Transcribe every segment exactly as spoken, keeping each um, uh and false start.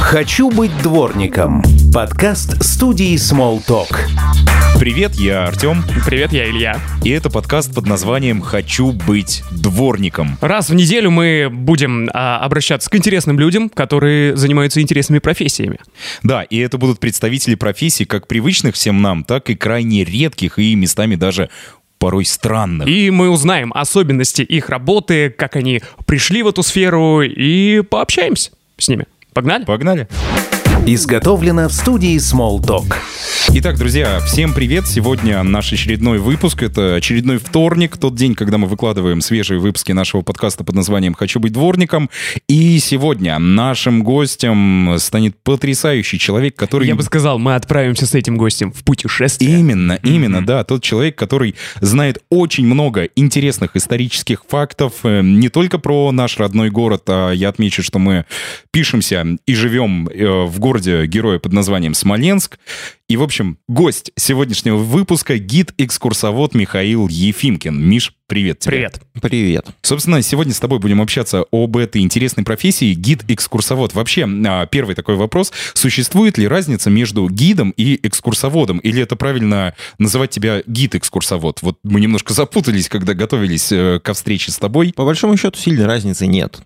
«Хочу быть дворником» – подкаст студии Smalltalk. Привет, я Артем. Привет, я Илья. И это подкаст под названием «Хочу быть дворником». Раз в неделю мы будем а, обращаться к интересным людям, которые занимаются интересными профессиями. Да, и это будут представители профессий как привычных всем нам, так и крайне редких и местами даже порой странных. И мы узнаем особенности их работы, как они пришли в эту сферу, и пообщаемся с ними. Погнали? Погнали. Изготовлено в студии Smalltalk. Итак, друзья, всем привет! Сегодня наш очередной выпуск. Это очередной вторник, тот день, когда мы выкладываем свежие выпуски нашего подкаста под названием «Хочу быть дворником». И сегодня нашим гостем станет потрясающий человек, который... Я бы сказал, мы отправимся с этим гостем в путешествие. Именно, именно, mm-hmm. да. Тот человек, который знает очень много интересных исторических фактов, не только про наш родной город, а я отмечу, что мы пишемся и живем в городе-героя под названием Смоленск. И, в общем, гость сегодняшнего выпуска — гид-экскурсовод Михаил Ефимкин. Миш, привет тебе. Привет. Привет. Собственно, сегодня с тобой будем общаться об этой интересной профессии — гид-экскурсовод. Вообще, первый такой вопрос. Существует ли разница между гидом и экскурсоводом? Или это правильно называть тебя гид-экскурсовод? Вот мы немножко запутались, когда готовились ко встрече с тобой. По большому счету, сильной разницы нет.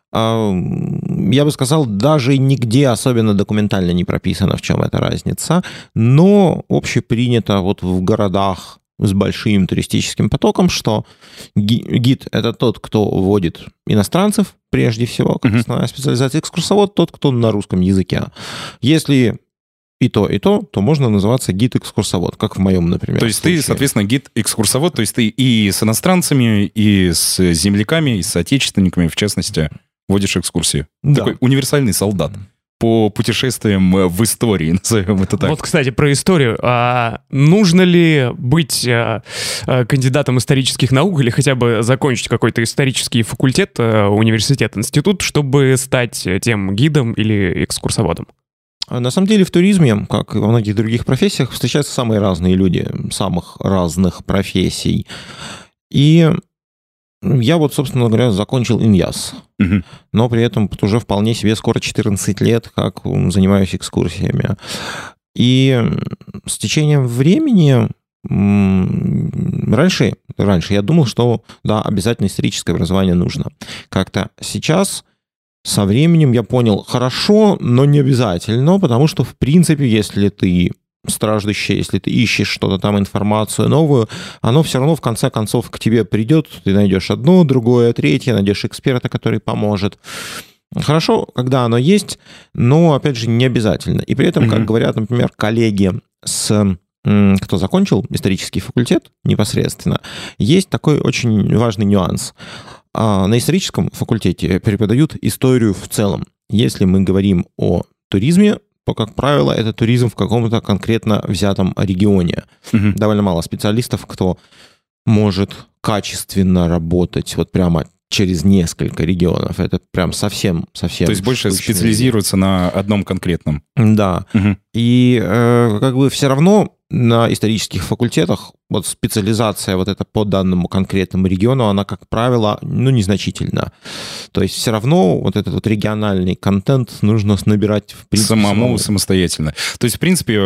Я бы сказал, даже нигде особенно документально не прописано, в чем эта разница, но общепринято вот в городах с большим туристическим потоком, что гид — это тот, кто вводит иностранцев, прежде всего, как основная специализация. Экскурсовод — тот, кто на русском языке. Если и то, и то, то можно называться гид-экскурсовод, как в моем, например. То есть случае. ты, соответственно, гид-экскурсовод, то есть ты и с иностранцами, и с земляками, и с соотечественниками, в частности, водишь экскурсии. Да. Такой универсальный солдат по путешествиям в истории, назовем это так. Вот, кстати, про историю. А нужно ли быть а, а, кандидатом исторических наук или хотя бы закончить какой-то исторический факультет, а, университет, институт, чтобы стать тем гидом или экскурсоводом? На самом деле в туризме, как и во многих других профессиях, встречаются самые разные люди, самых разных профессий. И я вот, собственно говоря, закончил ИНЯС, угу. но при этом уже вполне себе скоро четырнадцать лет, как занимаюсь экскурсиями. И с течением времени раньше, раньше я думал, что да, обязательно историческое образование нужно. Как-то сейчас со временем я понял, хорошо, но не обязательно, потому что, в принципе, если ты страждущий, если ты ищешь что-то там, информацию новую, оно все равно в конце концов к тебе придет, ты найдешь одно, другое, третье, найдешь эксперта, который поможет. Хорошо, когда оно есть, но, опять же, не обязательно. И при этом, mm-hmm. как говорят, например, коллеги, с, кто закончил исторический факультет непосредственно, есть такой очень важный нюанс. На историческом факультете преподают историю в целом. Если мы говорим о туризме, то, как правило, это туризм в каком-то конкретно взятом регионе. Угу. Довольно мало специалистов, кто может качественно работать вот прямо через несколько регионов. Это прям совсем-совсем... То есть больше скучный. Специализируется на одном конкретном. Да. Угу. И э, как бы все равно на исторических факультетах вот специализация вот эта по данному конкретному региону, она, как правило, ну, незначительна. То есть все равно вот этот вот региональный контент нужно набирать в принципе самому, самому. самостоятельно. То есть, в принципе,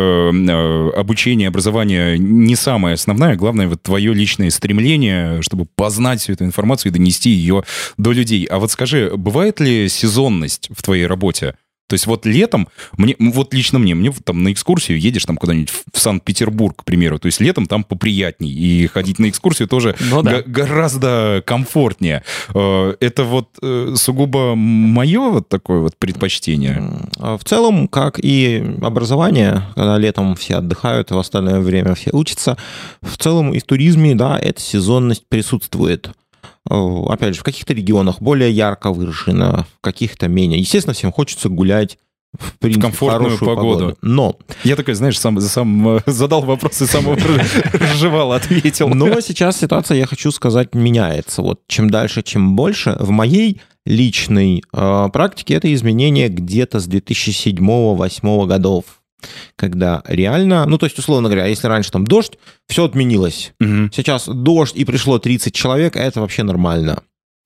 обучение, образование не самое основное, главное вот твое личное стремление, чтобы познать всю эту информацию и донести ее до людей. А вот скажи, бывает ли сезонность в твоей работе? То есть вот летом, мне, вот лично мне, мне там на экскурсию едешь там куда-нибудь в Санкт-Петербург, к примеру, то есть летом там поприятней, и ходить на экскурсию тоже ну, да. г- гораздо комфортнее. Это вот сугубо мое вот такое вот предпочтение? В целом, как и образование, когда летом все отдыхают, а в остальное время все учатся, в целом и в туризме, да, эта сезонность присутствует. Опять же, в каких-то регионах более ярко выражено, в каких-то менее. Естественно, всем хочется гулять в, принципе, в комфортную хорошую погоду. погоду. Но... Я такой, знаешь, сам, сам задал вопрос и сам разжевал, ответил. Но сейчас ситуация, я хочу сказать, меняется. Вот чем дальше, чем больше. В моей личной э, практике это изменение где-то с две тысячи седьмого-две тысячи восьмого годов. Когда реально, ну, то есть, условно говоря, если раньше там дождь, все отменилось. Угу. Сейчас дождь и пришло тридцать человек, это вообще нормально.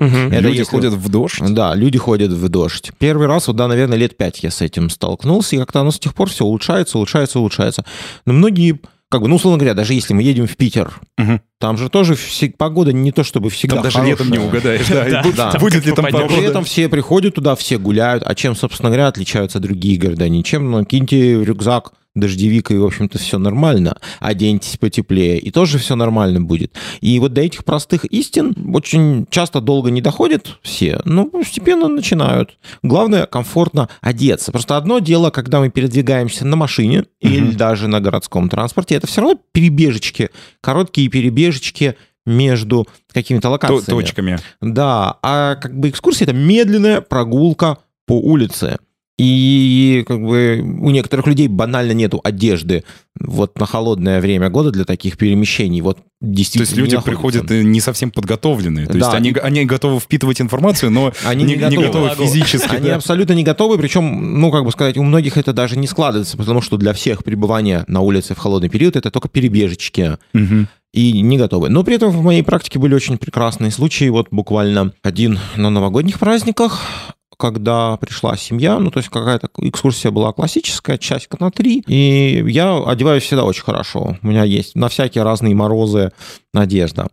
Угу. Это люди если... ходят в дождь? Да, люди ходят в дождь. Первый раз, вот, да, наверное, лет пять я с этим столкнулся, и как-то оно с тех пор все улучшается, улучшается, улучшается. Но многие, как бы, ну, условно говоря, даже если мы едем в Питер, угу. там же тоже все, погода не то чтобы всегда там даже хорошая. летом не угадаешь, да. Да, Будет, да. будет ли там Попадёшь. погода. При этом все приходят туда, все гуляют. А чем, собственно говоря, отличаются другие города? Ничем. Ну, киньте в рюкзак дождевик, и, в общем-то, все нормально. Оденьтесь потеплее, и тоже все нормально будет. И вот до этих простых истин очень часто долго не доходят все, но постепенно начинают. Главное, комфортно одеться. Просто одно дело, когда мы передвигаемся на машине mm-hmm. или даже на городском транспорте, это все равно перебежечки, короткие перебежечки между какими-то локациями. Точками. Да, а как бы экскурсия — это медленная прогулка по улице. И как бы у некоторых людей банально нету одежды вот на холодное время года для таких перемещений. Вот действительно. То есть люди приходят не совсем подготовленные. То Да. есть они, они готовы впитывать информацию, но они не, не готовы, не готовы физически. Они да. абсолютно не готовы, причем, ну, как бы сказать, у многих это даже не складывается, потому что для всех пребывание на улице в холодный период — это только перебежечки. Угу. И не готовы. Но при этом в моей практике были очень прекрасные случаи. Вот буквально один на новогодних праздниках, когда пришла семья, ну, то есть какая-то экскурсия была классическая, часика на три, и я одеваюсь всегда очень хорошо. У меня есть на всякие разные морозы одежда.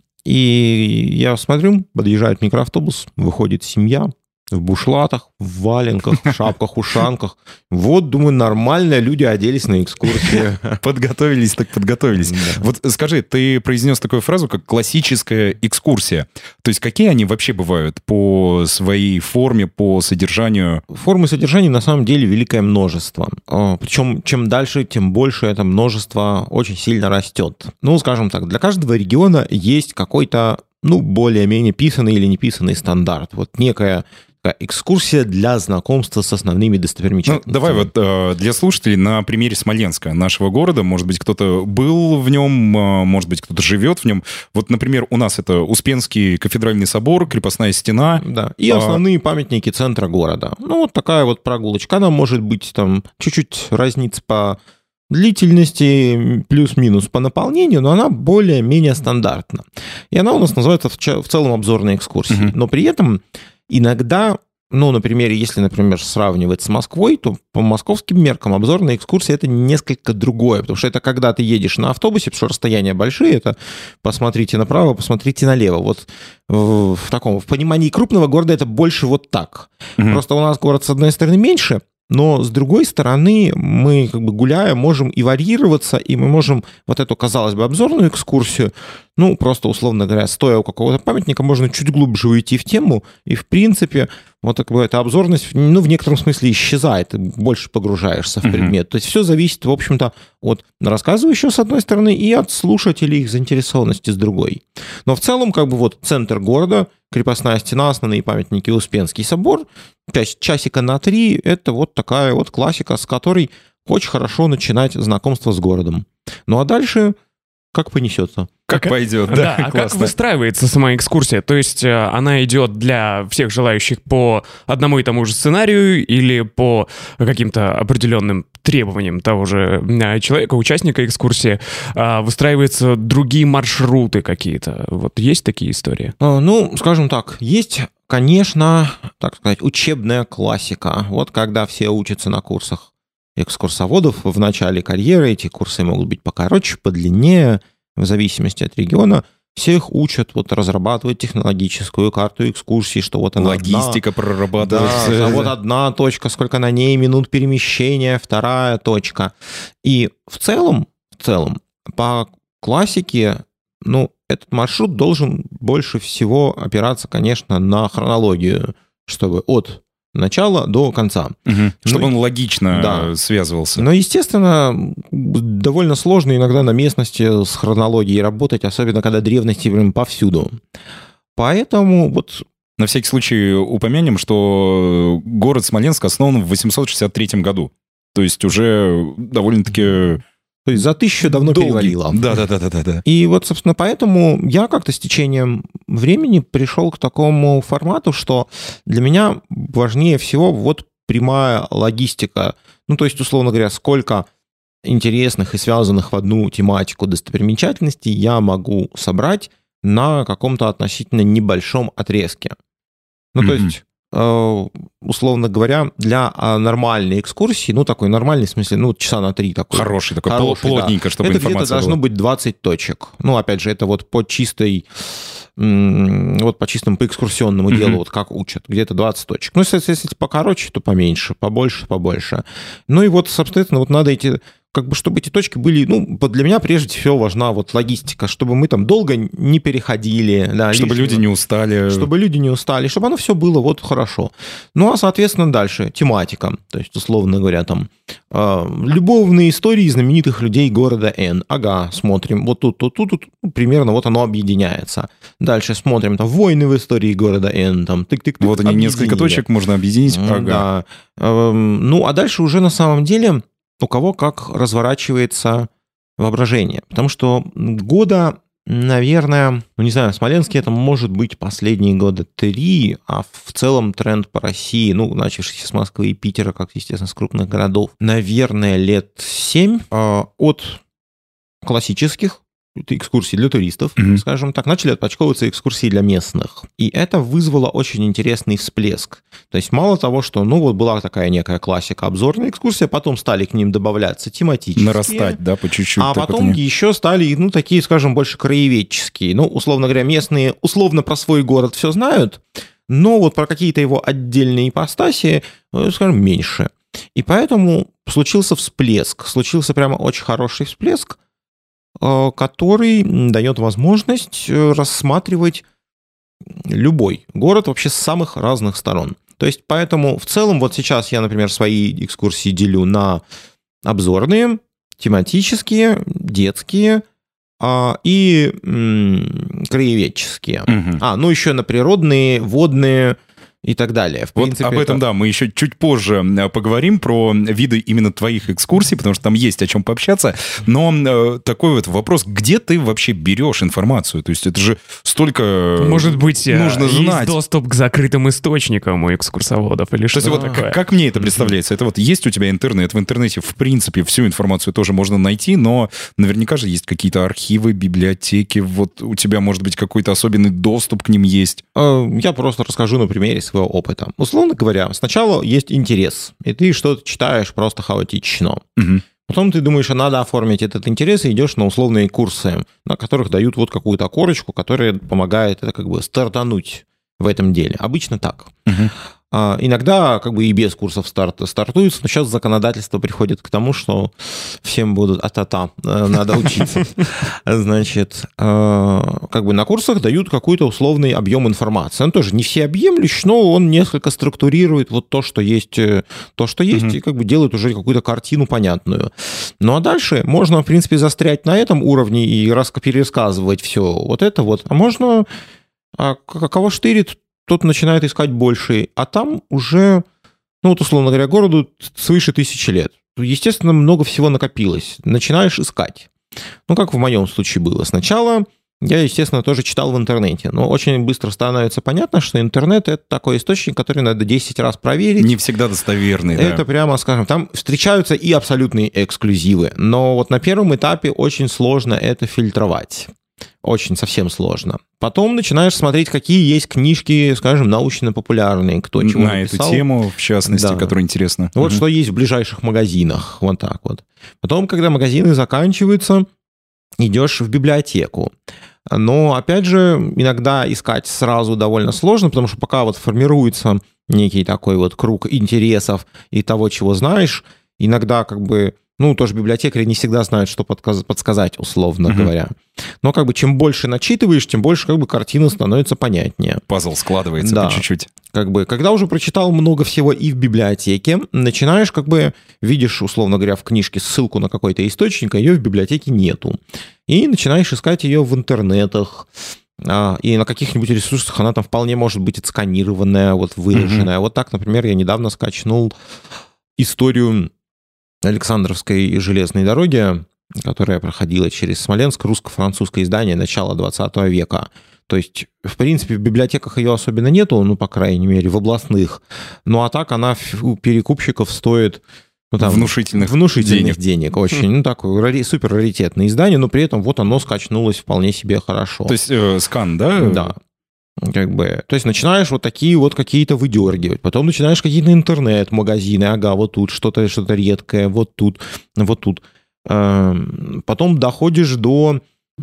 И я смотрю, подъезжает микроавтобус, выходит семья в бушлатах, в валенках, в шапках-ушанках. Вот, думаю, нормально люди оделись на экскурсию. Подготовились, так подготовились. Да. Вот скажи, ты произнес такую фразу, как классическая экскурсия. То есть какие они вообще бывают по своей форме, по содержанию? Формы содержания на самом деле великое множество. Причем чем дальше, тем больше это множество очень сильно растет. Ну, скажем так, для каждого региона есть какой-то, ну, более-менее писанный или неписанный стандарт. Вот некая экскурсия для знакомства с основными достопримечательностями. Ну, давай вот э, для слушателей на примере Смоленска, нашего города. Может быть, кто-то был в нем, э, может быть, кто-то живет в нем. Вот, например, у нас это Успенский кафедральный собор, крепостная стена. Да, и основные а... памятники центра города. Ну, вот такая вот прогулочка. Она может быть там чуть-чуть разница по длительности, плюс-минус по наполнению, но она более-менее стандартна. И она у нас называется в, в целом обзорной экскурсией. Угу. Но при этом иногда, ну, например, если, например, сравнивать с Москвой, то по московским меркам обзорная экскурсия — это несколько другое, потому что это когда ты едешь на автобусе, потому что расстояния большие, это посмотрите направо, посмотрите налево. Вот в, в таком, в понимании крупного города это больше вот так. Угу. Просто у нас город, с одной стороны, меньше, но, с другой стороны, мы, как бы гуляя, можем и варьироваться, и мы можем вот эту, казалось бы, обзорную экскурсию, ну, просто, условно говоря, стоя у какого-то памятника, можно чуть глубже уйти в тему, и, в принципе, вот как бы эта обзорность, ну, в некотором смысле исчезает, ты больше погружаешься в предмет. Mm-hmm. То есть все зависит, в общем-то, от рассказывающего, с одной стороны, и от слушателей, их заинтересованности, с другой. Но в целом, как бы вот центр города, крепостная стена, основные памятники, Успенский собор, часика на три, это вот такая вот классика, с которой очень хорошо начинать знакомство с городом. Ну, а дальше как понесется. Как пойдет, да, да. А как выстраивается сама экскурсия? То есть она идет для всех желающих по одному и тому же сценарию или по каким-то определенным требованиям того же человека, участника экскурсии? Выстраиваются другие маршруты какие-то? Вот есть такие истории? Ну, скажем так, есть, конечно, так сказать, учебная классика. Вот когда все учатся на курсах экскурсоводов в начале карьеры, эти курсы могут быть покороче, подлиннее, в зависимости от региона. Всех учат вот разрабатывать технологическую карту экскурсии, что вот она логистика одна, прорабатывается. Да, вот одна точка, сколько на ней минут перемещения, вторая точка. И в целом, в целом, по классике, ну, этот маршрут должен больше всего опираться, конечно, на хронологию, чтобы от начала до конца. Угу. Чтобы ну, он логично да. связывался. Но, естественно, довольно сложно иногда на местности с хронологией работать, особенно когда древности прям повсюду. Поэтому вот... На всякий случай упомянем, что город Смоленск основан в восемьсот шестьдесят третьем году. То есть уже довольно-таки... То есть за тысячу давно долгий. перевалило. Да-да-да. И вот, собственно, поэтому я как-то с течением времени пришел к такому формату, что для меня важнее всего вот прямая логистика. Ну, то есть, условно говоря, сколько интересных и связанных в одну тематику достопримечательностей я могу собрать на каком-то относительно небольшом отрезке. Ну, mm-hmm. то есть, э, условно говоря, для нормальной экскурсии, ну, такой нормальный, в смысле, ну, часа на три такой. Хороший, такой хороший, плотненько, да. чтобы это информация где-то должно была. быть двадцать точек. Ну, опять же, это вот по чистой, вот по чистому, по экскурсионному mm-hmm. делу, вот как учат, где-то двадцать точек. Ну, если, если покороче, то поменьше, побольше, побольше. Ну, и вот, собственно, вот надо эти... как бы, чтобы эти точки были, ну, для меня прежде всего важна вот логистика, чтобы мы там долго не переходили. Да, чтобы лишнего, люди не устали. Чтобы люди не устали, чтобы оно все было вот хорошо. Ну, а, соответственно, дальше тематика. То есть, условно говоря, там, э, любовные истории знаменитых людей города Н. Ага, смотрим. Вот тут, тут, тут, тут ну, примерно вот оно объединяется. Дальше смотрим, там, войны в истории города Н. Там, тык-тык-тык. Вот они, объединили. Несколько точек можно объединить. Ага. Да. Э, ну, а дальше уже на самом деле... у кого как разворачивается воображение. Потому что года, наверное, ну не знаю, в Смоленске это может быть последние года три, а в целом тренд по России, ну, начавшийся с Москвы и Питера, как, естественно, с крупных городов, наверное, лет семь э, от классических экскурсии для туристов, mm-hmm. скажем так, начали отпочковываться экскурсии для местных. И это вызвало очень интересный всплеск. То есть мало того, что, ну, вот была такая некая классика обзорная экскурсия, потом стали к ним добавляться тематические. Нарастать, да, по чуть-чуть. А потом не... еще стали, ну, такие, скажем, больше краеведческие. Ну, условно говоря, местные условно про свой город все знают, но вот про какие-то его отдельные ипостаси, скажем, меньше. И поэтому случился всплеск, случился прямо очень хороший всплеск, который дает возможность рассматривать любой город вообще с самых разных сторон. То есть поэтому в целом вот сейчас я, например, свои экскурсии делю на обзорные, тематические, детские а, и м, краеведческие. Угу. А, ну еще на природные, водные и так далее. В вот принципе, об этом, это... да, мы еще чуть позже поговорим про виды именно твоих экскурсий, потому что там есть о чем пообщаться. Но э, такой вот вопрос, где ты вообще берешь информацию? То есть это же столько Может быть, нужно есть знать. доступ к закрытым источникам у экскурсоводов или что-то вот такое? Как, как мне это представляется? Это вот есть у тебя интернет, в интернете, в принципе, всю информацию тоже можно найти, но наверняка же есть какие-то архивы, библиотеки, вот у тебя, может быть, какой-то особенный доступ к ним есть? Я просто расскажу на примере своего опыта. Условно говоря, сначала есть интерес, и ты что-то читаешь просто хаотично. Угу. Потом ты думаешь, что надо оформить этот интерес, и идешь на условные курсы, на которых дают вот какую-то корочку, которая помогает это как бы стартануть в этом деле. Обычно так. Угу. А, иногда как бы и без курсов старта стартуются, но сейчас законодательство приходит к тому, что всем будут а-та-та, надо учиться. Значит, как бы на курсах дают какой-то условный объем информации. Он тоже не всеобъемлющий, но он несколько структурирует вот то, что есть, то, что есть, mm-hmm. и как бы делает уже какую-то картину понятную. Ну а дальше можно, в принципе, застрять на этом уровне и пересказывать все вот это вот. А можно, а кого штырит, тот начинает искать больше, а там уже, ну вот условно говоря, городу свыше тысячи лет. Естественно, много всего накопилось. Начинаешь искать. Ну, как в моем случае было. Сначала я, естественно, тоже читал в интернете, но очень быстро становится понятно, что интернет — это такой источник, который надо десять раз проверить. Не всегда достоверный, да. Это прямо, скажем, там встречаются и абсолютные эксклюзивы, но вот на первом этапе очень сложно это фильтровать. Очень совсем сложно. Потом начинаешь смотреть, какие есть книжки, скажем, научно-популярные, кто чего на написал. эту тему, в частности, да. которая интересна. Вот угу. что есть в ближайших магазинах, вот так вот. Потом, когда магазины заканчиваются, идешь в библиотеку. Но, опять же, иногда искать сразу довольно сложно, потому что пока вот формируется некий такой вот круг интересов и того, чего знаешь, иногда как бы... Ну, тоже библиотекари не всегда знают, что подсказать, условно uh-huh. говоря. Но как бы чем больше начитываешь, тем больше как бы картина становится понятнее. Пазл складывается да. по чуть-чуть. Как бы, когда уже прочитал много всего и в библиотеке, начинаешь как бы, видишь, условно говоря, в книжке ссылку на какой-то источник, а ее в библиотеке нету. И начинаешь искать ее в интернетах, и на каких-нибудь ресурсах она там вполне может быть отсканированная, вот выложенная. Uh-huh. Вот так, например, я недавно скачнул историю Александровской железной дороги, которая проходила через Смоленск, русско-французское издание начала двадцатого века. То есть, в принципе, в библиотеках ее особенно нету, ну, по крайней мере, в областных. Ну, а так она у перекупщиков стоит ну, там, внушительных, внушительных денег. денег. Очень, ну, такое рари, супер раритетное издание, но при этом вот оно скачнулось вполне себе хорошо. То есть э, скан, да? Да. Как бы, то есть начинаешь вот такие вот какие-то выдергивать, потом начинаешь какие-то интернет-магазины, ага, вот тут что-то, что-то редкое, вот тут, вот тут. Потом доходишь до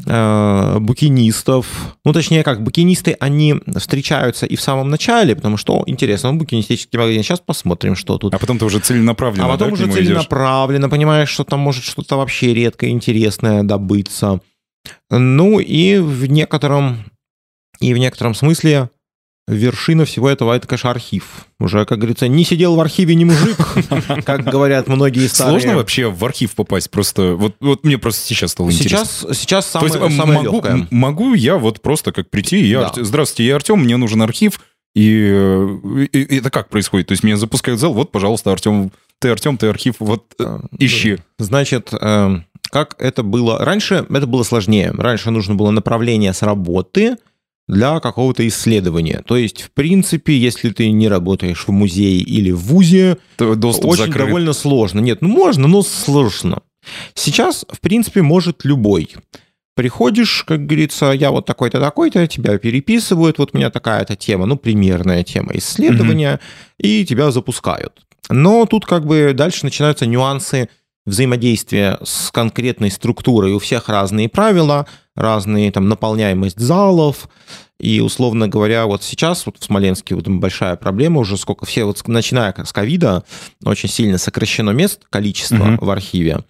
букинистов, ну, точнее, как, букинисты, они встречаются и в самом начале, потому что, интересно, ну, букинистический магазин, сейчас посмотрим, что тут. А потом ты уже целенаправленно, А потом да, уже целенаправленно, идешь? Понимаешь, что там может что-то вообще редкое, интересное добыться. Ну, и в некотором, и в некотором смысле вершина всего этого — это, конечно, архив. Уже, как говорится, не сидел в архиве ни мужик, как говорят многие старые. Сложно вообще в архив попасть? Просто вот, вот мне просто сейчас стало сейчас, интересно. Сейчас самое, есть, самое могу, легкое. Могу я вот просто как прийти, я, да. здравствуйте, я Артем, мне нужен архив, и, и, и это как происходит? То есть меня запускают в зал, вот, пожалуйста, Артем, ты Артем, ты архив, вот, ищи. Значит, как это было? Раньше это было сложнее. Раньше нужно было направление с работы для какого-то исследования. То есть, в принципе, если ты не работаешь в музее или в вузе, то доступ очень закрыт. Довольно сложно. Нет, ну можно, но сложно. Сейчас, в принципе, может любой. Приходишь, как говорится, я вот такой-то, такой-то, тебя переписывают, вот у меня такая-то тема, ну, примерная тема исследования, mm-hmm. и тебя запускают. Но тут как бы дальше начинаются нюансы взаимодействия с конкретной структурой. У всех разные правила, разные там наполняемость залов, и, условно говоря, вот сейчас вот в Смоленске вот большая проблема уже, сколько все, вот начиная с ковида, очень сильно сокращено мест, количество mm-hmm. в архиве,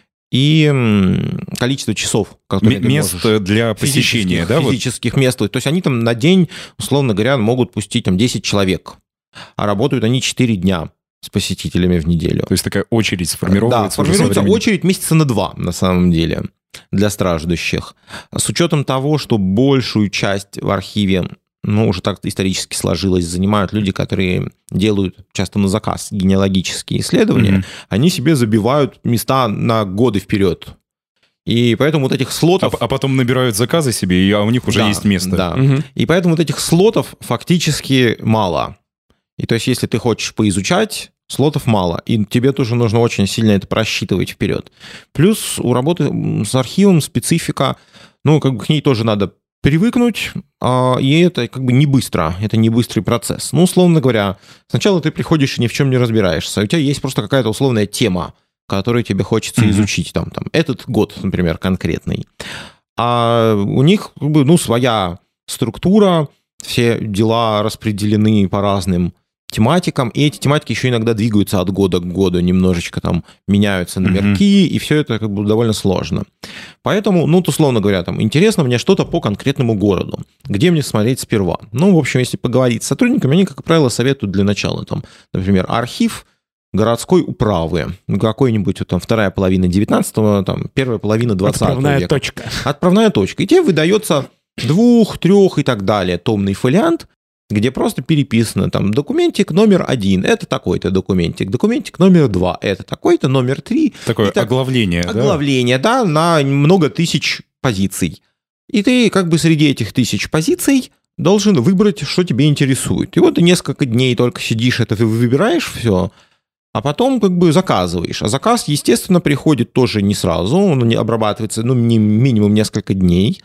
и количество часов, которые М- мест ты можешь, для посещения, физических, да? Физических вот? мест. То есть они там на день, условно говоря, могут пустить там десять человек, а работают они четыре дня с посетителями в неделю. То есть такая очередь сформировывается? Да, сформируется очередь месяца на два, на самом деле, для страждущих. С учетом того, что большую часть в архиве, ну, уже так исторически сложилось, занимают люди, которые делают часто на заказ генеалогические исследования, mm-hmm. они себе забивают места на годы вперед. И поэтому вот этих слотов... А, а потом набирают заказы себе, и, а у них уже да, есть место. Да, угу. И поэтому вот этих слотов фактически мало. И то есть если ты хочешь поизучать, слотов мало, и тебе тоже нужно очень сильно это просчитывать вперед. Плюс у работы с архивом специфика, ну, как бы к ней тоже надо привыкнуть, и это как бы не быстро, это не быстрый процесс. Ну, условно говоря, сначала ты приходишь и ни в чем не разбираешься, у тебя есть просто какая-то условная тема, которую тебе хочется mm-hmm. изучить, там, там, этот год, например, конкретный. А у них, как бы, ну, своя структура, все дела распределены по разным тематикам, и эти тематики еще иногда двигаются от года к году, немножечко там меняются номерки, mm-hmm. и все это как бы довольно сложно. Поэтому, ну, условно говоря, там, интересно мне что-то по конкретному городу, где мне смотреть сперва. Ну, в общем, если поговорить с сотрудниками, они, как правило, советуют для начала, там, например, архив городской управы, какой-нибудь вот, там вторая половина девятнадцатого, там, первая половина двадцатого Отправная века. точка. Отправная точка. И тебе выдается двух, трех и так далее томный фолиант, где просто переписано там документик номер один, это такой-то документик, документик номер два, это такой-то, номер три. Такое так, оглавление, оглавление, да? да, на много тысяч позиций. И ты как бы среди этих тысяч позиций должен выбрать, что тебе интересует. И вот ты несколько дней только сидишь, это ты выбираешь все, а потом как бы заказываешь. А заказ, естественно, приходит тоже не сразу, он не обрабатывается, ну, минимум несколько дней.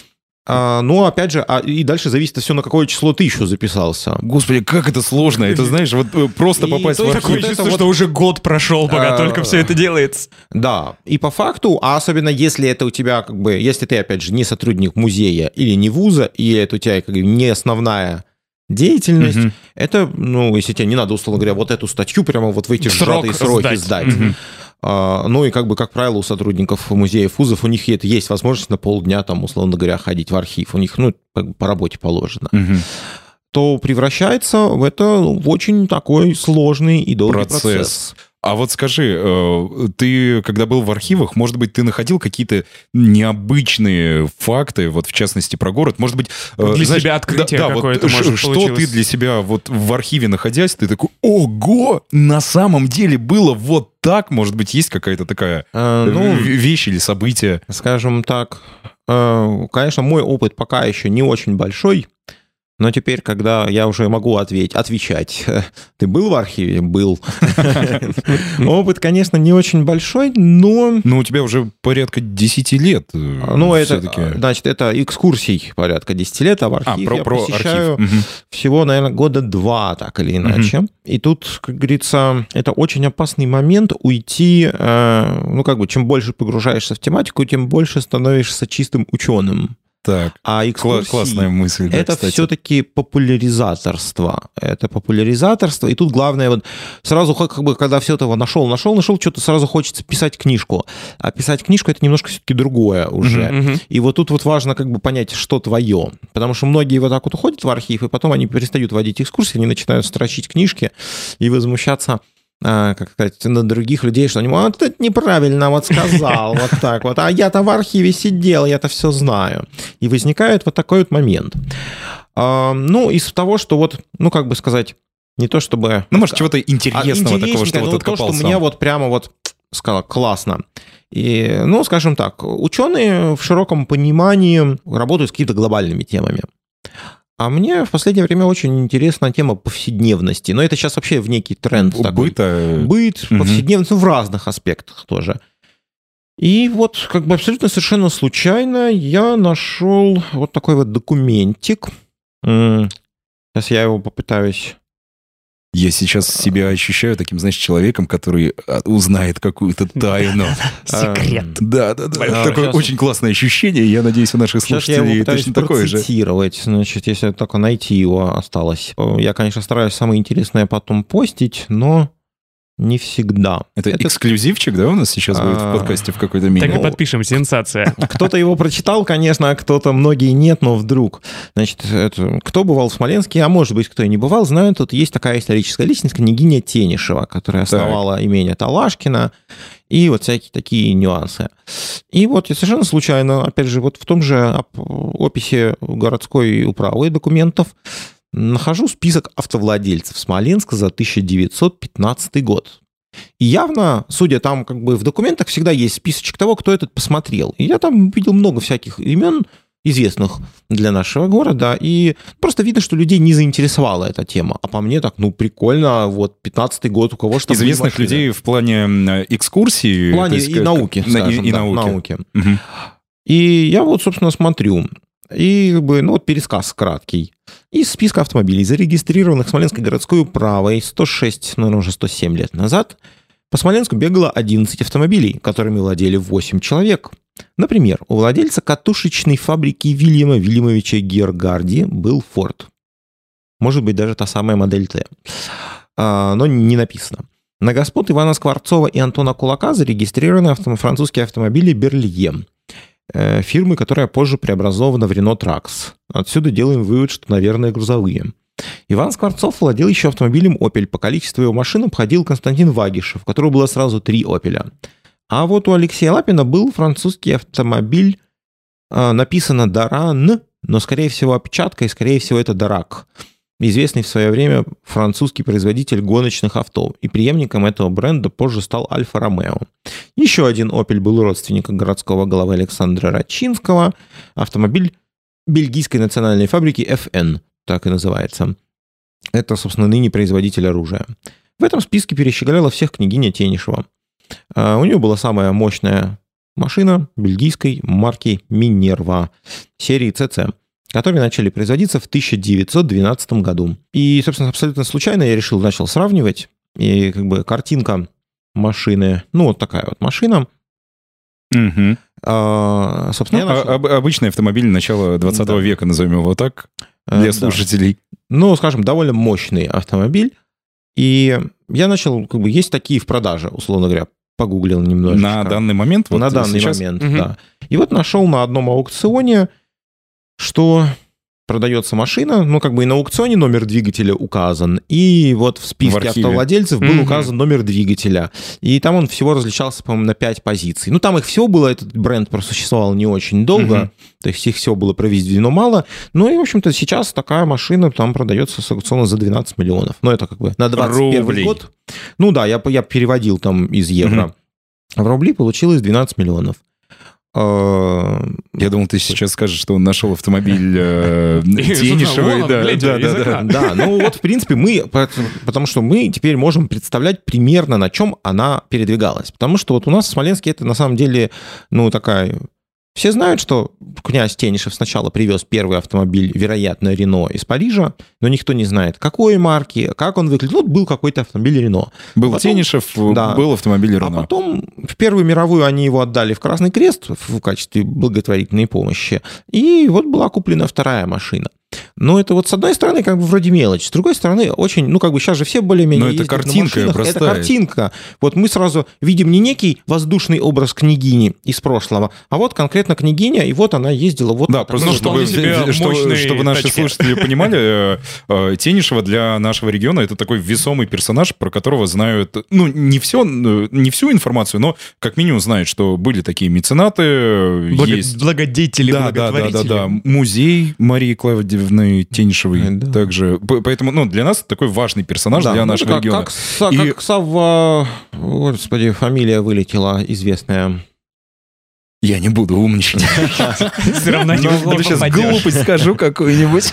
А, ну, опять же, а, и дальше зависит все, на какое число ты еще записался. Господи, как это сложно. Это, знаешь, вот просто и попасть в архив. Такое чувство, вот, что уже год прошел, пока а, только все это делается. Да, и по факту, а особенно если это у тебя, как бы, если ты, опять же, не сотрудник музея или не вуза, и это у тебя как бы не основная деятельность, угу. это, ну, если тебе не надо, условно говоря, вот эту статью прямо вот в эти Срок сжатые сроки сдать. сдать. Угу. А, ну и как бы, как правило, у сотрудников музеев, вузов, у них это есть возможность на полдня, там, условно говоря, ходить в архив. У них, ну, как бы по работе положено. Угу. То превращается в это в очень такой сложный и долгий процесс. процесс. А вот скажи, ты, когда был в архивах, может быть, ты находил какие-то необычные факты, вот в частности про город? Может быть, для знаешь, себя открытие да, какое-то, да, вот, может, что получилось. Ты для себя вот в архиве находясь, ты такой, ого, на самом деле было вот так? Может быть, есть какая-то такая а, ну, вещь или событие? Скажем так, конечно, мой опыт пока еще не очень большой. Но теперь, когда я уже могу ответь, отвечать, ты был в архиве? Был. Опыт, конечно, не очень большой, но... Ну, у тебя уже порядка десяти лет. Ну, это, значит, это экскурсий порядка десяти лет, а в архив а, про, я про посещаю архив. Всего, наверное, года два, так или иначе. Угу. И тут, как говорится, это очень опасный момент уйти, ну, как бы, чем больше погружаешься в тематику, тем больше становишься чистым ученым. Так, а экскурсии классная мысль. Да, это кстати. все-таки популяризаторство. Это популяризаторство. И тут главное, вот сразу, как бы, когда все этого нашел, нашел, нашел, что-то сразу хочется писать книжку. А писать книжку — это немножко все-таки другое уже. Uh-huh. И вот тут вот важно как бы понять, что твое. Потому что многие вот так вот уходят в архив, и потом они перестают водить экскурсии, они начинают строчить книжки и возмущаться, А, как сказать, на других людей, что они, вот это неправильно вот сказал, вот так вот, а я-то в архиве сидел, я-то все знаю. И возникает вот такой вот момент. А, ну, из того, что вот, ну, как бы сказать, не то чтобы... Ну, может, чего-то интересного а, такого, что ну, вот откопал то, что сам. мне вот прямо вот сказал, классно. И, ну, скажем так, ученые в широком понимании работают с какими-то глобальными темами. А мне в последнее время очень интересна тема повседневности. Но это сейчас вообще в некий тренд. Быта. Быт, угу. повседневность, ну, в разных аспектах тоже. И вот как бы абсолютно совершенно случайно я нашел вот такой вот документик. Сейчас я его попытаюсь... Я сейчас себя ощущаю таким, знаешь, человеком, который узнает какую-то тайну. Секрет. Да, да, да. Такое очень классное ощущение. Я надеюсь, у наших слушателей точно такое же. Процитировать, значит, если только найти его осталось. Я, конечно, стараюсь самое интересное потом постить, но не всегда. Это, это эксклюзивчик, да, у нас сейчас будет в подкасте в какой-то мере? Так и подпишем, сенсация. Кто-то его прочитал, конечно, а кто-то, многие нет, но вдруг. Значит, это, кто бывал в Смоленске, а может быть, кто и не бывал, знают, тут есть такая историческая личность, княгиня Тенишева, которая основала так. имение Талашкина, и вот всякие такие нюансы. И вот я совершенно случайно, опять же, вот в том же описи городской управы документов нахожу список автовладельцев Смоленска за тысяча девятьсот пятнадцатый год. И явно, судя там как бы в документах, всегда есть списочек того, кто этот посмотрел. И я там видел много всяких имен, известных для нашего города, и просто видно, что людей не заинтересовала эта тема. А по мне так, ну, прикольно, вот пятнадцатый год, у кого что... Известных людей в плане экскурсий? В плане есть, и как... науки, скажем, и, и да, науки. науки. Угу. И я вот, собственно, смотрю... И как бы, ну вот пересказ краткий. Из списка автомобилей, зарегистрированных Смоленской городской управой сто шесть, наверное, уже сто семь лет назад, по Смоленску бегало одиннадцать автомобилей, которыми владели восемь человек. Например, у владельца катушечной фабрики Вильяма Вильямовича Гергарди был Форд. Может быть, даже та самая модель Т. А, но не написано. На господ Ивана Скворцова и Антона Кулака зарегистрированы авто- французские автомобили Берлье, фирмы, которая позже преобразована в Renault Trax. Отсюда делаем вывод, что, наверное, грузовые. Иван Скворцов владел еще автомобилем Opel. По количеству его машин обходил Константин Вагишев, у которого было сразу три Opel. А вот у Алексея Лапина был французский автомобиль, написано Даран, но, скорее всего, опечатка, и, скорее всего, это Дарак. Известный в свое время французский производитель гоночных авто. И преемником этого бренда позже стал Альфа-Ромео. Еще один Opel был родственником городского головы Александра Рачинского. Автомобиль бельгийской национальной фабрики эф эн, так и называется. Это, собственно, ныне производитель оружия. В этом списке перещеголяла всех княгиня Тенишева. У нее была самая мощная машина бельгийской марки Минерва серии си си, которые начали производиться в тысяча девятьсот двенадцатом году. И, собственно, абсолютно случайно я решил, начал сравнивать. И как бы картинка машины, ну, вот такая вот машина. Угу. А, собственно, ну, начал... а, обычный автомобиль начала двадцатого да. века, назовем его так, для а, слушателей. Да. Ну, скажем, довольно мощный автомобиль. И я начал, как бы, есть такие в продаже, условно говоря, погуглил немножечко. На данный момент? Вот на данный сейчас? момент, угу. да. И вот нашел на одном аукционе, что продается машина, ну, как бы и на аукционе номер двигателя указан, и вот в списке в автовладельцев был mm-hmm. указан номер двигателя. И там он всего различался, по-моему, на пять позиций. Ну, там их всего было, этот бренд просуществовал не очень долго, mm-hmm. то есть их всего было произведено мало. Ну, и, в общем-то, сейчас такая машина там продается с аукциона за двенадцать миллионов. Ну, это как бы на двадцать первый год. Ну, да, я, я переводил там из евро. Mm-hmm. В рубли получилось двенадцать миллионов. Я думал, ты сейчас скажешь, что он нашел автомобиль Тенишевой. Да, да, да. Да, ну вот, в принципе, мы, потому что мы теперь можем представлять примерно, на чем она передвигалась. Потому что вот у нас в Смоленске это на самом деле, ну, такая... Все знают, что князь Тенишев сначала привез первый автомобиль, вероятно, Рено из Парижа, но никто не знает, какой марки, как он выглядит. Вот был какой-то автомобиль Рено. Был потом, Тенишев, да, был автомобиль Рено. А потом в Первую мировую они его отдали в Красный Крест в качестве благотворительной помощи, и вот была куплена вторая машина. Но это вот с одной стороны как бы вроде мелочь, с другой стороны очень, ну как бы сейчас же все более-менее ездят на машинах. Но это картинка простая. Это картинка. Вот мы сразу видим не некий воздушный образ княгини из прошлого, а вот конкретно княгиня, и вот она ездила вот... Да, просто чтобы, чтобы, чтобы наши тачки. слушатели понимали, Тенишева для нашего региона это такой весомый персонаж, про которого знают, ну не, все, не всю информацию, но как минимум знают, что были такие меценаты, Благо... есть... Благодетели, да, благотворители. Да, да, да, да. Музей Марии Клавдиевны Тенишевой да. также. Поэтому, ну, для нас такой важный персонаж да, для ну, нашего как, региона. Как, И... как Савва, господи, фамилия вылетела известная. Я не буду умничать. Все равно не буду сейчас глупость скажу какую-нибудь.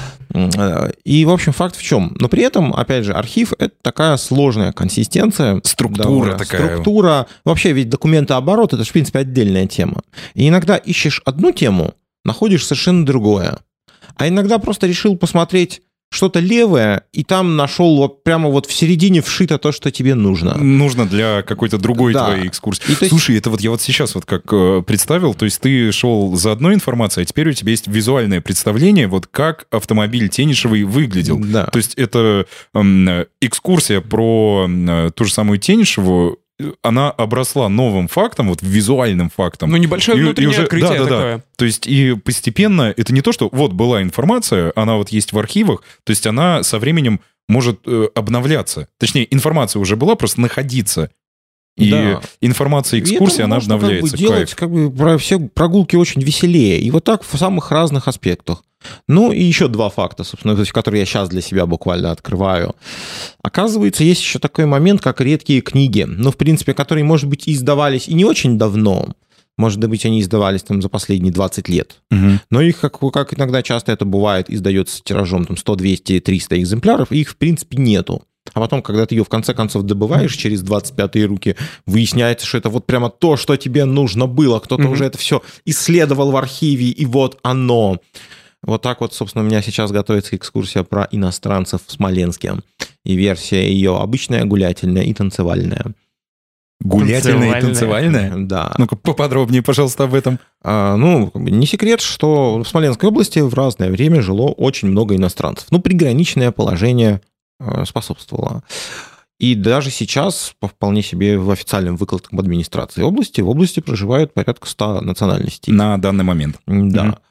И, в общем, факт в чем? Но при этом, опять же, архив — это такая сложная консистенция. Структура да, такая. Структура. Вообще, ведь документооборот — это, в принципе, отдельная тема. И иногда ищешь одну тему, находишь совершенно другое. А иногда просто решил посмотреть что-то левое, и там нашел вот прямо вот в середине вшито то, что тебе нужно. Нужно для какой-то другой да. твоей экскурсии. И Слушай, есть... это вот я вот сейчас вот как представил, то есть ты шел за одной информацией, а теперь у тебя есть визуальное представление, вот как автомобиль Тенишевой выглядел. Да. То есть это эм, экскурсия про э, ту же самую Тенишеву, она обросла новым фактом, вот визуальным фактом. Ну, небольшое внутреннее и, и уже, открытие да, да, такое. Да. То есть и постепенно, это не то, что вот была информация, она вот есть в архивах, то есть она со временем может э, обновляться. Точнее, информация уже была, просто находиться. И да. информация экскурсии, она обновляется. Как бы делать как бы, про все прогулки очень веселее. И вот так в самых разных аспектах. Ну, и еще два факта, собственно, которые я сейчас для себя буквально открываю. Оказывается, есть еще такой момент, как редкие книги. Ну, в принципе, которые, может быть, издавались и не очень давно. Может быть, они издавались там за последние двадцать лет. Угу. Но их, как, как иногда часто это бывает, издается тиражом там, сто, двести, триста экземпляров, и их, в принципе, нету. А потом, когда ты ее в конце концов добываешь через двадцать пятые руки, выясняется, что это вот прямо то, что тебе нужно было. Кто-то mm-hmm. уже это все исследовал в архиве, и вот оно. Вот так вот, собственно, у меня сейчас готовится экскурсия про иностранцев в Смоленске. И версия ее обычная, гулятельная и танцевальная. Гулятельная и танцевальная? Да. Ну-ка поподробнее, пожалуйста, об этом. А, ну, не секрет, что в Смоленской области в разное время жило очень много иностранцев. Ну, приграничное положение способствовало. И даже сейчас, по вполне себе в официальном выкладках администрации области, в области проживают порядка ста национальностей. На данный момент. Да. Mm-hmm.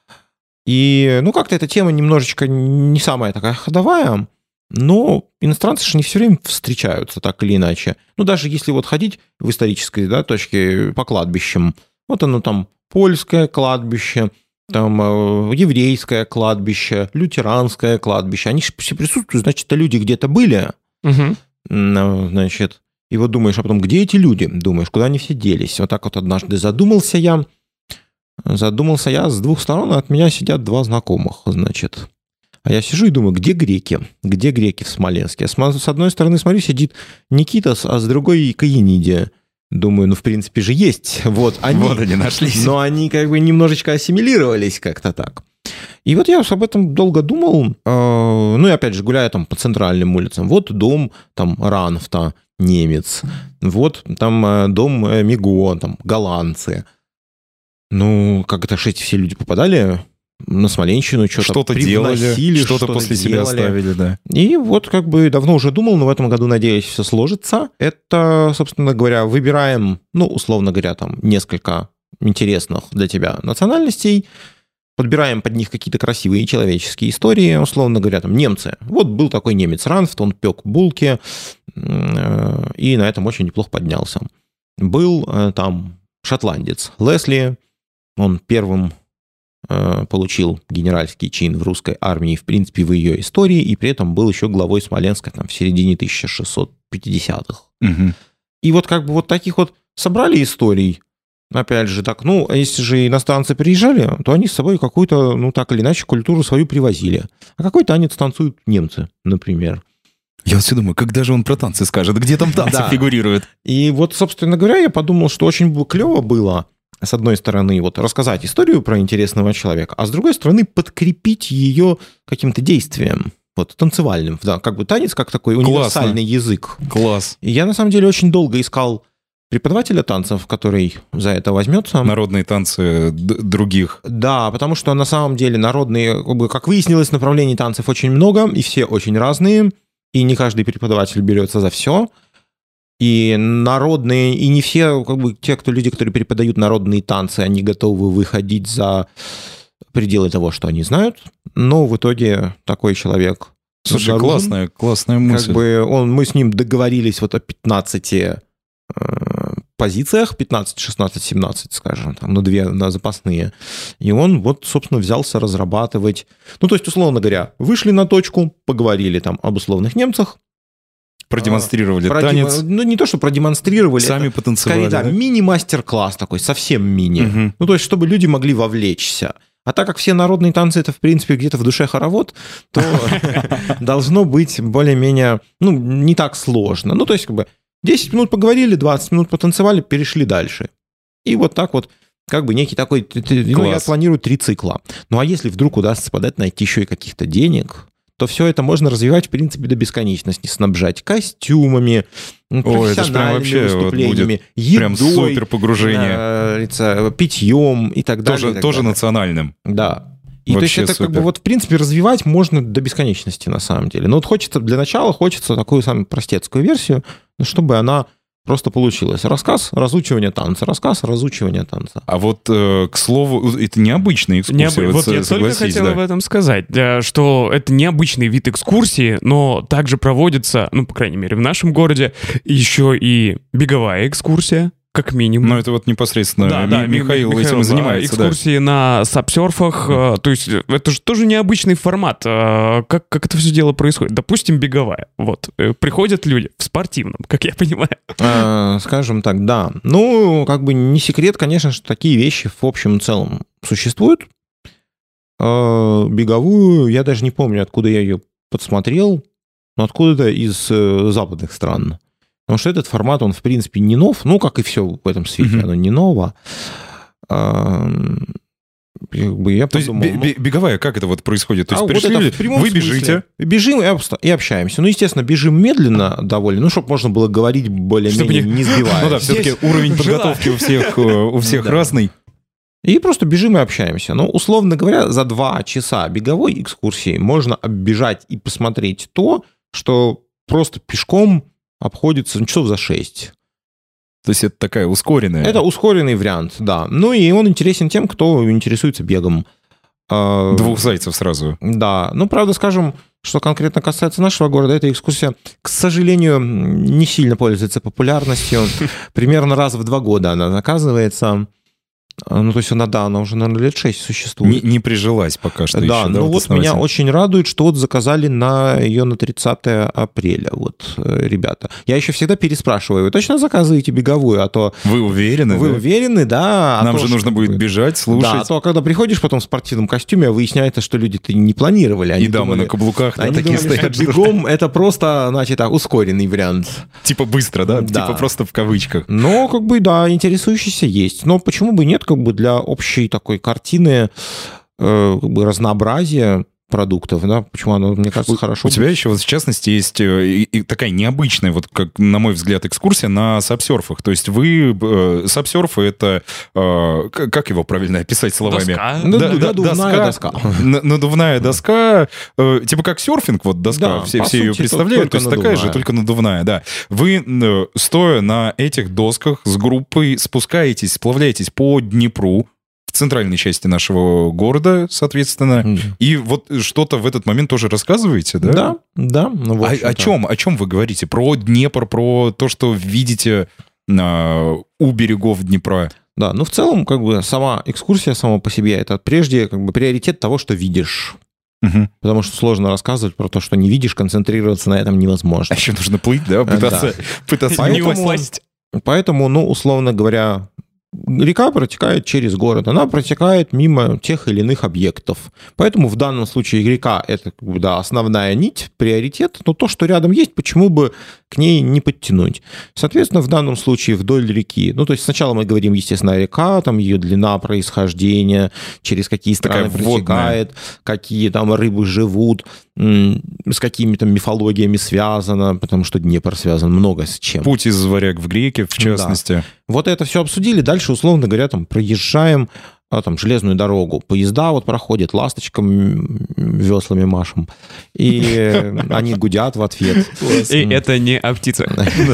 И, ну, как-то эта тема немножечко не самая такая ходовая, но иностранцы же не все время встречаются так или иначе. Ну, даже если вот ходить в исторической да, точке по кладбищам, вот оно там польское кладбище, там э, еврейское кладбище, лютеранское кладбище, они же все присутствуют, значит, это люди где-то были, угу. значит, и вот думаешь, а потом, где эти люди? Думаешь, куда они все делись? Вот так вот однажды задумался я, задумался я, с двух сторон от меня сидят два знакомых, значит. А я сижу и думаю, где греки? Где греки в Смоленске? С одной стороны, смотрю, сидит Никитос, а с другой Каениде. Думаю, ну, в принципе же есть. Вот они. Вот они нашлись. Но они как бы немножечко ассимилировались как-то так. И вот я об этом долго думал. Ну, и опять же, гуляю там по центральным улицам. Вот дом там Ранфта, немец. Вот там дом Миго, там голландцы. Ну, как это, что эти все люди попадали на Смоленщину, что-то, что-то делали, что-то, что-то после делали. себя оставили, да. И вот как бы давно уже думал, но в этом году, надеюсь, все сложится. Это, собственно говоря, выбираем, ну, условно говоря, там несколько интересных для тебя национальностей, подбираем под них какие-то красивые человеческие истории, условно говоря, там немцы. Вот был такой немец Ранфт, он пек булки, и на этом очень неплохо поднялся. Был там шотландец Лесли, он первым получил генеральский чин в русской армии, в принципе, в ее истории, и при этом был еще главой Смоленска там, в середине тысяча шестьсот пятидесятых. Угу. И вот как бы вот таких вот собрали историй, Опять же, так, ну, если же иностранцы приезжали, то они с собой какую-то, ну, так или иначе, культуру свою привозили. А какой танец танцуют немцы, например. Я вот все думаю, когда же он про танцы скажет? Где там танцы Да. фигурируют? И вот, собственно говоря, я подумал, что очень бы клево было, с одной стороны, вот рассказать историю про интересного человека, а с другой стороны, подкрепить ее каким-то действием, вот, танцевальным. Да, как бы танец как такой универсальный язык. Класс. И я, на самом деле, очень долго искал преподавателя танцев, который за это возьмется. Народные танцы д- других. Да, потому что на самом деле народные, как бы, как выяснилось, направлений танцев очень много, и все очень разные, и не каждый преподаватель берется за все. И народные, и не все, как бы, те, кто люди, которые преподают народные танцы, они готовы выходить за пределы того, что они знают. Но в итоге такой человек... Слушай, обнаружен. классная, классная мысль. Как бы он, мы с ним договорились вот о пятнадцати э, позициях, пятнадцать, шестнадцать, семнадцать, скажем, там, ну, две на запасные. И он вот, собственно, взялся разрабатывать... Ну, то есть, условно говоря, вышли на точку, поговорили там об условных немцах. Продемонстрировали Продем- танец, Ну, не то, что продемонстрировали. сами это, потанцевали. скорее, да, да? мини-мастер-класс такой, совсем мини. Мгм. Ну, то есть, чтобы люди могли вовлечься. А так как все народные танцы это, в принципе, где-то в душе хоровод, то должно быть более-менее, ну, не так сложно. Ну, то есть, как бы десять минут поговорили, двадцать минут потанцевали, перешли дальше. И вот так вот, как бы некий такой, ну, я Класс. планирую три цикла. Ну, а если вдруг удастся подать, найти еще и каких-то денег, то все это можно развивать, в принципе, до бесконечности, снабжать костюмами, Ой, это ж прям профессиональными вообще вот выступлениями, будет прям едой, супер погружение. э, питьем и так далее. и Тоже, так тоже далее. национальным. Да. И то есть Вообще это как супер. бы вот в принципе развивать можно до бесконечности на самом деле. Но вот хочется, для начала хочется такую самую простецкую версию, ну, чтобы она просто получилась. Рассказ, разучивание танца, рассказ, разучивание танца. А вот, э, к слову, это необычная экскурсия, Необы- вот, Вот я только согласись, хотел да. об этом сказать, э, что это необычный вид экскурсии, но также проводится, ну, по крайней мере, в нашем городе, еще и беговая экскурсия, как минимум. Но это вот непосредственно Да, Ми- да, Ми- Михаил, этим и а, занимается. да. экскурсии на сапсерфах, э, то есть это же тоже необычный формат. э, Как, как это все дело происходит? Допустим, беговая. Вот. э, Приходят люди в спортивном, как я понимаю. Э, Скажем так, да. Ну, как бы не секрет, конечно, что такие вещи в общем и целом существуют. Э, Беговую, я даже не помню, откуда я ее подсмотрел, но откуда-то из э, западных стран. Потому что этот формат, он, в принципе, не нов, ну, как и все в этом свете, Мгм. оно не ново. Эм, Как бы я То есть подумал, бе- ну, бе- беговая, как это вот происходит? То а есть вот пришли это люди, в прямом вы смысле. бежите, Бежим и, обста- и общаемся. Ну, естественно, бежим медленно довольно, ну, чтобы можно было говорить более-менее Чтобы не- не сбивая. ну да, все-таки Здесь уровень жила. подготовки у всех, э, у всех Да. разный. И просто бежим и общаемся. Ну, условно говоря, за два часа беговой экскурсии можно оббежать и посмотреть то, что просто пешком обходится ну, часов за шесть. То есть это такая ускоренная. Это ускоренный вариант, да. Ну, и он интересен тем, кто интересуется бегом. А, Двух зайцев сразу. Да, ну, правда, скажем, что конкретно касается нашего города, эта экскурсия, к сожалению, не сильно пользуется популярностью. Примерно раз в два года она заказывается. Ну, то есть она, да, она уже, наверное, лет шесть Не, существует. не прижилась пока что Да, еще. ну вот меня основательно? очень радует, что вот заказали на ее на тридцатое апреля, вот, э, ребята. Я еще всегда переспрашиваю, вы точно заказываете беговую, а то Вы уверены? вы да? уверены, да? А Нам то же что нужно будет бы- бежать, слушать. Да, а то, когда приходишь потом в спортивном костюме, выясняется, что люди-то не планировали. Они И дамы думали- на каблуках да, Они такие думали, стоят. что бегом это просто, значит, так, ускоренный вариант. Типа быстро, да? Да. Типа просто в кавычках. Но, как бы, да, интересующийся есть. Но почему бы нет, как бы, для общей такой картины э, как бы разнообразия продуктов, да, почему оно, мне кажется, У- хорошо. У тебя еще вот в частности есть э, и- и такая необычная, вот как на мой взгляд, экскурсия на сапсерфах. То есть вы... э, Сапсерфы — это... э, к- Как его правильно описать словами? Доска. Ну, Да, да, надувная доска. Н- Надувная доска, э, типа как серфинг, вот доска, Да, все, по все ее сути, представляют, то только есть такая же, надувная. только надувная, да. Вы, э, стоя на этих досках с группой, спускаетесь, сплавляетесь по Днепру, в центральной части нашего города, соответственно, М. и вот что-то в этот момент тоже рассказываете, да? Да, да. Ну, в А- о, общем-то. чем, о чем вы говорите? Про Днепр, про то, что видите а, у берегов Днепра? Да, ну в целом, как бы, сама экскурсия сама по себе, это прежде, как бы, приоритет того, что видишь. Мгм. Потому что сложно рассказывать про то, что не видишь, концентрироваться на этом невозможно. А еще нужно плыть, да? Пытаться, пытаться Поэтому- не упасть. Поэтому, ну, условно говоря, река протекает через город, она протекает мимо тех или иных объектов. Поэтому в данном случае река – это, да, основная нить, приоритет, но то, что рядом есть, почему бы к ней не подтянуть? Соответственно, в данном случае вдоль реки, ну, то есть сначала мы говорим, естественно, река, там ее длина, происхождение, через какие страны Такая протекает, водная. какие там рыбы живут, с какими там мифологиями связано, потому что Днепр связан много с чем. Путь из Варяг в Греки, в частности. Да. Вот это все обсудили, дальше, условно говоря, там проезжаем а, там, железную дорогу, поезда вот проходят, ласточкам веслами машем, и они гудят в ответ. И это не о птицах.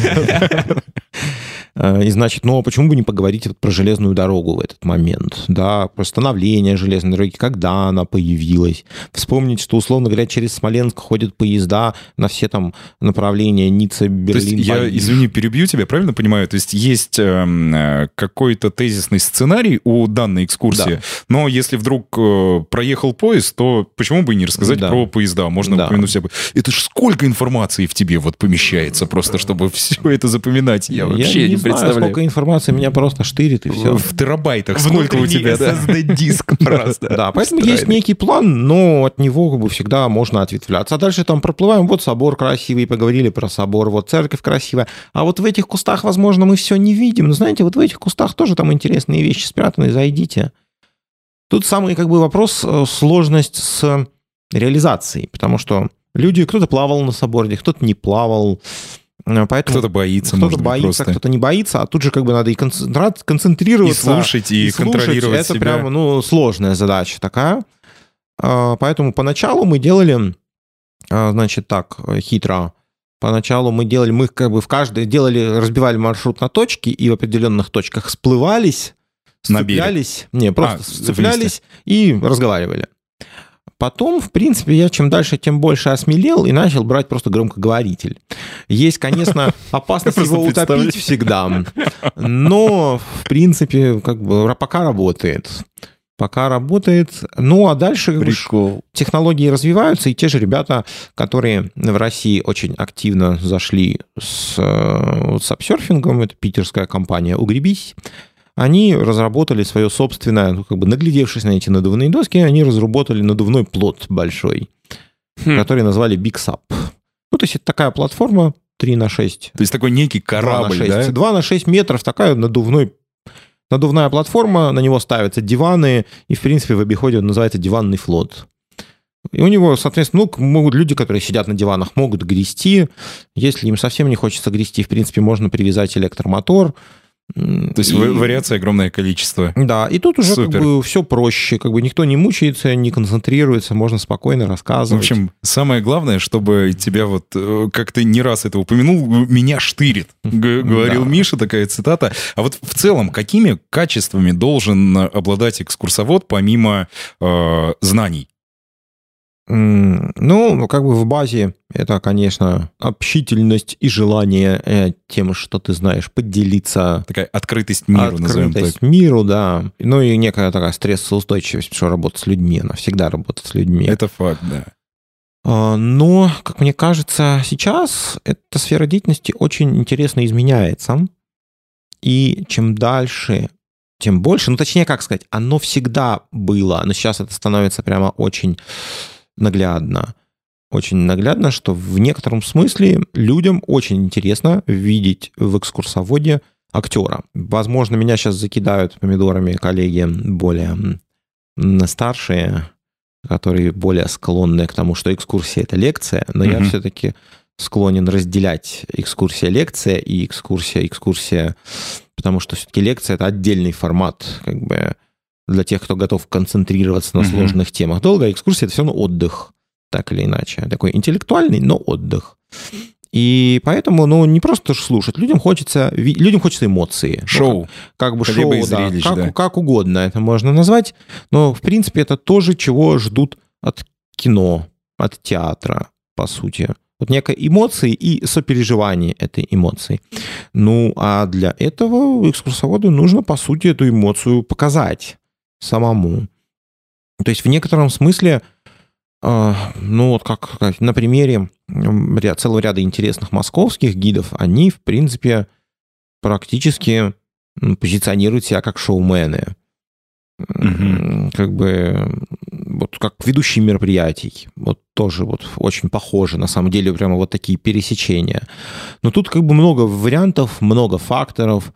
И значит, ну а почему бы не поговорить вот про железную дорогу в этот момент, да, про становление железной дороги, когда она появилась, вспомнить, что, условно говоря, через Смоленск ходят поезда на все там направления Ницца, Берлин, То есть, я, Париж. извини, перебью тебя, правильно понимаю? То есть, есть э, какой-то тезисный сценарий у данной экскурсии, Да. но если вдруг э, проехал поезд, то почему бы и не рассказать Да. про поезда? Можно Да. упомянуть себя. Это ж сколько информации в тебе вот помещается просто, чтобы все это запоминать? Я вообще не не, знаю, представляю. сколько информации меня просто штырит, и все. В терабайтах сколько у тебя, да? эс эс ди-диск просто. Да, поэтому есть некий план, но от него как бы всегда можно ответвляться. А дальше там проплываем, вот собор красивый, поговорили про собор, вот церковь красивая. А вот в этих кустах, возможно, мы все не видим. Но знаете, вот в этих кустах тоже там интересные вещи спрятаны, зайдите. Тут самый как бы вопрос, сложность с реализацией, потому что люди, кто-то плавал на соборе, кто-то не плавал. Поэтому Кто-то боится, кто-то может быть, боится, просто. кто-то не боится, а тут же как бы надо и концентра- концентрироваться. И слушать, и контролировать Это себя. прямо, ну, сложная задача такая. А, Поэтому поначалу мы делали, а, значит, так, хитро. Поначалу мы делали, мы как бы в каждой делали, разбивали маршрут на точки и в определенных точках всплывались, На берег. сцеплялись, не, просто А, сцеплялись и разговаривали. Потом, в принципе, я чем дальше, тем больше осмелел и начал брать просто громкоговоритель. Есть, конечно, опасность Просто его представляю. утопить всегда, но, в принципе, как бы пока работает. Пока работает. Ну, а дальше как бы, Прикол. технологии развиваются, и те же ребята, которые в России очень активно зашли с сапсерфингом, это питерская компания «Угребись», они разработали свое собственное, ну, как бы наглядевшись на эти надувные доски, они разработали надувной плот большой, Хм. который назвали Big Sup. Ну, то есть это такая платформа три на шесть. То есть такой некий корабль, два на шесть, да? два на шесть метров, такая надувной, надувная платформа, на него ставятся диваны, и, в принципе, в обиходе он называется диванный флот. И у него, соответственно, ну, могут люди, которые сидят на диванах, могут грести. Если им совсем не хочется грести, в принципе, можно привязать электромотор. То есть И- вариаций огромное количество. Да, и тут уже как Супер. бы все проще, как бы никто не мучается, не концентрируется, можно спокойно В рассказывать. общем, самое главное, чтобы тебя вот, э, как ты не раз это упомянул, меня штырит, г- говорил Да. Миша, такая цитата. А вот в целом, какими качествами должен обладать экскурсовод помимо э, знаний? М, Ну, как бы в базе это, конечно, общительность и желание э, тем, что ты знаешь, поделиться. Такая открытость миру, назовем так. Открытость миру, да. Ну и некая такая стрессоустойчивость, потому что работа с людьми, она всегда работает с людьми. Это факт, да. А, Но, как мне кажется, сейчас эта сфера деятельности очень интересно изменяется. И чем дальше, тем больше, ну точнее, как сказать, оно всегда было, но сейчас это становится прямо очень наглядно. Очень наглядно, что в некотором смысле людям очень интересно видеть в экскурсоводе актера. Возможно, меня сейчас закидают помидорами коллеги более м, старшие, которые более склонны к тому, что экскурсия — это лекция, но я Мгм. все-таки склонен разделять экскурсия-лекция и экскурсия-экскурсия, потому что все-таки лекция — это отдельный формат, как бы для тех, кто готов концентрироваться на Мгм. сложных темах. Долгая экскурсия — это все равно отдых, так или иначе. Такой интеллектуальный, но отдых. И поэтому, ну, не просто ж слушать, людям хочется, ви- людям хочется эмоции. Ну, Шоу. как, как бы Хлеба шоу, и да, зрелищ, как, да. как угодно это можно назвать, но, в принципе, это тоже, чего ждут от кино, от театра, по сути. Вот некой эмоции и сопереживание этой эмоции. Ну, а для этого экскурсоводу нужно, по сути, эту эмоцию показать самому. То есть в некотором смысле, э, ну, вот как сказать, на примере м, ря- целого ряда интересных московских гидов, они, в принципе, практически позиционируют себя как шоумены. Mm-hmm. Как бы вот как ведущие мероприятий. Вот тоже вот очень похоже, на самом деле, прямо вот такие пересечения. Но тут как бы много вариантов, много факторов.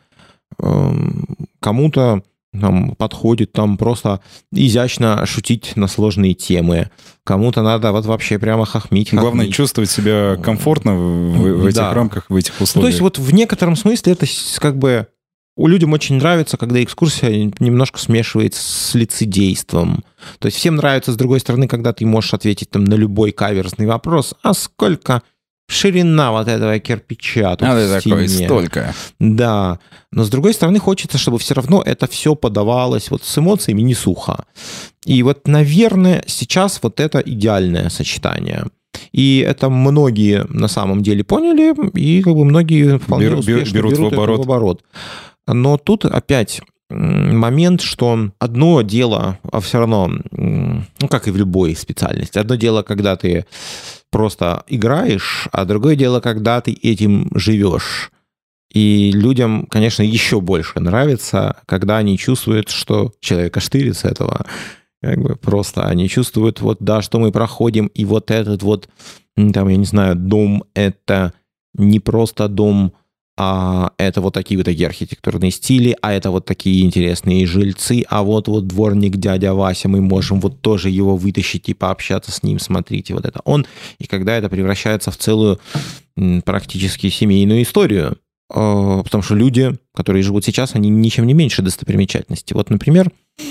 Кому-то там подходит там просто изящно шутить на сложные темы. Кому-то надо вот вообще прямо хохмить. хохмить. Главное чувствовать себя комфортно в, в этих да. рамках, в этих условиях. Ну, то есть вот в некотором смысле это как бы у людям очень нравится, когда экскурсия немножко смешивается с лицедейством. То есть всем нравится, с другой стороны, когда ты можешь ответить там на любой каверзный вопрос, а сколько ширина вот этого кирпича тут а в стене. Такое столько. Да, но с другой стороны хочется, чтобы все равно это все подавалось вот с эмоциями не сухо. И вот, наверное, сейчас вот это идеальное сочетание. И это многие на самом деле поняли, и как бы многие вполне Беру, успешно берут, берут в оборот. это в оборот. Но тут опять момент, что одно дело, а все равно, ну, как и в любой специальности, одно дело, когда ты просто играешь, а другое дело, когда ты этим живешь. И людям, конечно, еще больше нравится, когда они чувствуют, что человека штырит с этого. Как бы просто они чувствуют, вот, да, что мы проходим, и вот этот вот, там, я не знаю, дом — это не просто дом, а это вот такие вот такие архитектурные стили, а это вот такие интересные жильцы, а вот вот дворник дядя Вася, мы можем вот тоже его вытащить и пообщаться с ним, смотрите, вот это он. И когда это превращается в целую практически семейную историю, потому что люди, которые живут сейчас, они ничем не меньше достопримечательности. Вот, например,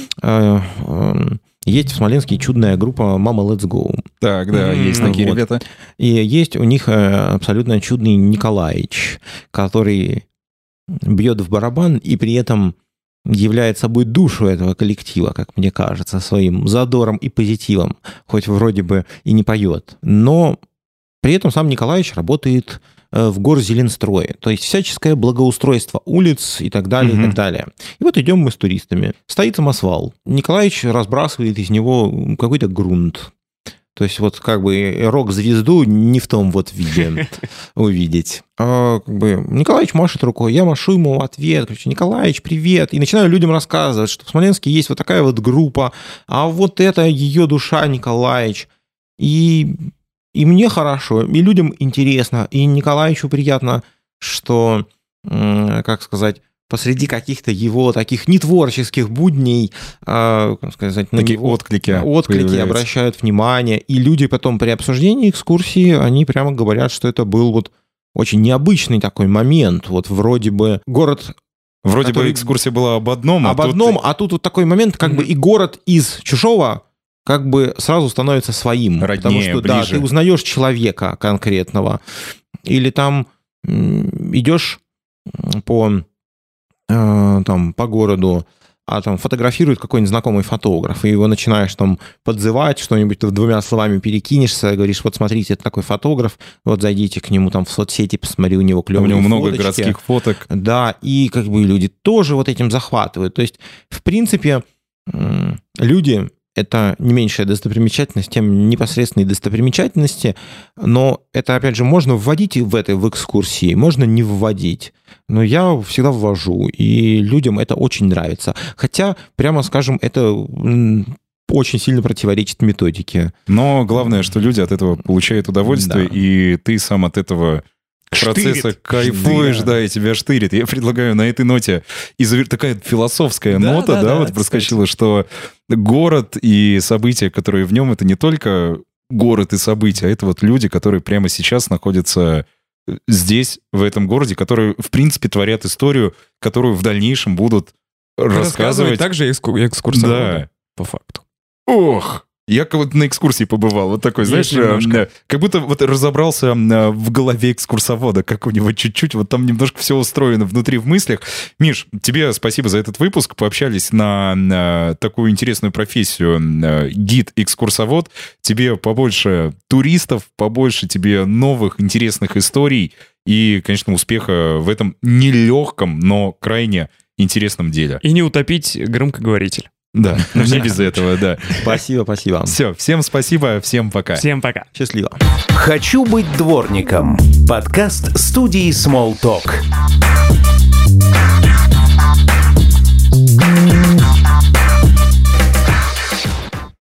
есть в Смоленске чудная группа «Мама, let's go». Так, да, есть mm-hmm. такие вот. Ребята. И есть у них абсолютно чудный Николаич, который бьет в барабан и при этом является собой душу этого коллектива, как мне кажется, своим задором и позитивом, хоть вроде бы и не поет. Но при этом сам Николаич работает в Горзеленстрое, то есть всяческое благоустройство улиц и так далее, угу. и так далее. И вот идем мы с туристами. Стоит самосвал. Николаич разбрасывает из него какой-то грунт. То есть вот как бы рок-звезду не в том вот виде увидеть. А, как бы Николаич машет рукой, я машу ему в ответ. Короче, Николаич, привет. И начинаю людям рассказывать, что в Смоленске есть вот такая вот группа, а вот это ее душа Николаич. И... И мне хорошо, и людям интересно, и Николаевичу приятно, что, как сказать, посреди каких-то его таких нетворческих будней, как сказать, на такие него отклики, отклики обращают внимание, и люди потом при обсуждении экскурсии, они прямо говорят, что это был вот очень необычный такой момент, вот вроде бы город... Вроде который... бы экскурсия была об одном, об а одном, тут... а тут вот такой момент, как mm-hmm. бы и город из чужого как бы сразу становится своим. Роднее, потому что, ближе. Да, ты узнаешь человека конкретного. Или там идешь по, там, по городу, а там фотографирует какой-нибудь знакомый фотограф, и его начинаешь там подзывать, что-нибудь ты двумя словами перекинешься, говоришь, вот смотрите, это такой фотограф, вот зайдите к нему там в соцсети, посмотри, у него клевые фоточки. У него фоточки. много городских фоток. Да, и как бы люди тоже вот этим захватывают. То есть, в принципе, люди... Это не меньшая достопримечательность, тем непосредственные достопримечательности, но это, опять же, можно вводить в это в экскурсии, можно не вводить. Но я всегда ввожу, и людям это очень нравится. Хотя, прямо скажем, это очень сильно противоречит методике. Но главное, что люди от этого получают удовольствие, да. И ты сам от этого... процесса штырит. Кайфуешь, штырит. Да, и тебя штырит. Я предлагаю на этой ноте, и такая философская да, нота, да, да, да вот проскочила, что город и события, которые в нем, это не только город и события, а это вот люди, которые прямо сейчас находятся здесь, в этом городе, которые, в принципе, творят историю, которую в дальнейшем будут рассказывать. Рассказывать также экскурсоводы, да. по факту. Ох! Я как будто на экскурсии побывал, вот такой, знаешь, немножко. Как будто вот разобрался в голове экскурсовода, как у него чуть-чуть, вот там немножко все устроено внутри в мыслях. Миш, тебе спасибо за этот выпуск, пообщались на, на такую интересную профессию гид-экскурсовод. Тебе побольше туристов, побольше тебе новых интересных историй и, конечно, успеха в этом нелегком, но крайне интересном деле. И не утопить громкоговоритель. Да, но не без этого, да. Спасибо, спасибо. Все, всем спасибо, всем пока. Всем пока. Счастливо. «Хочу быть дворником» — подкаст студии Smalltalk.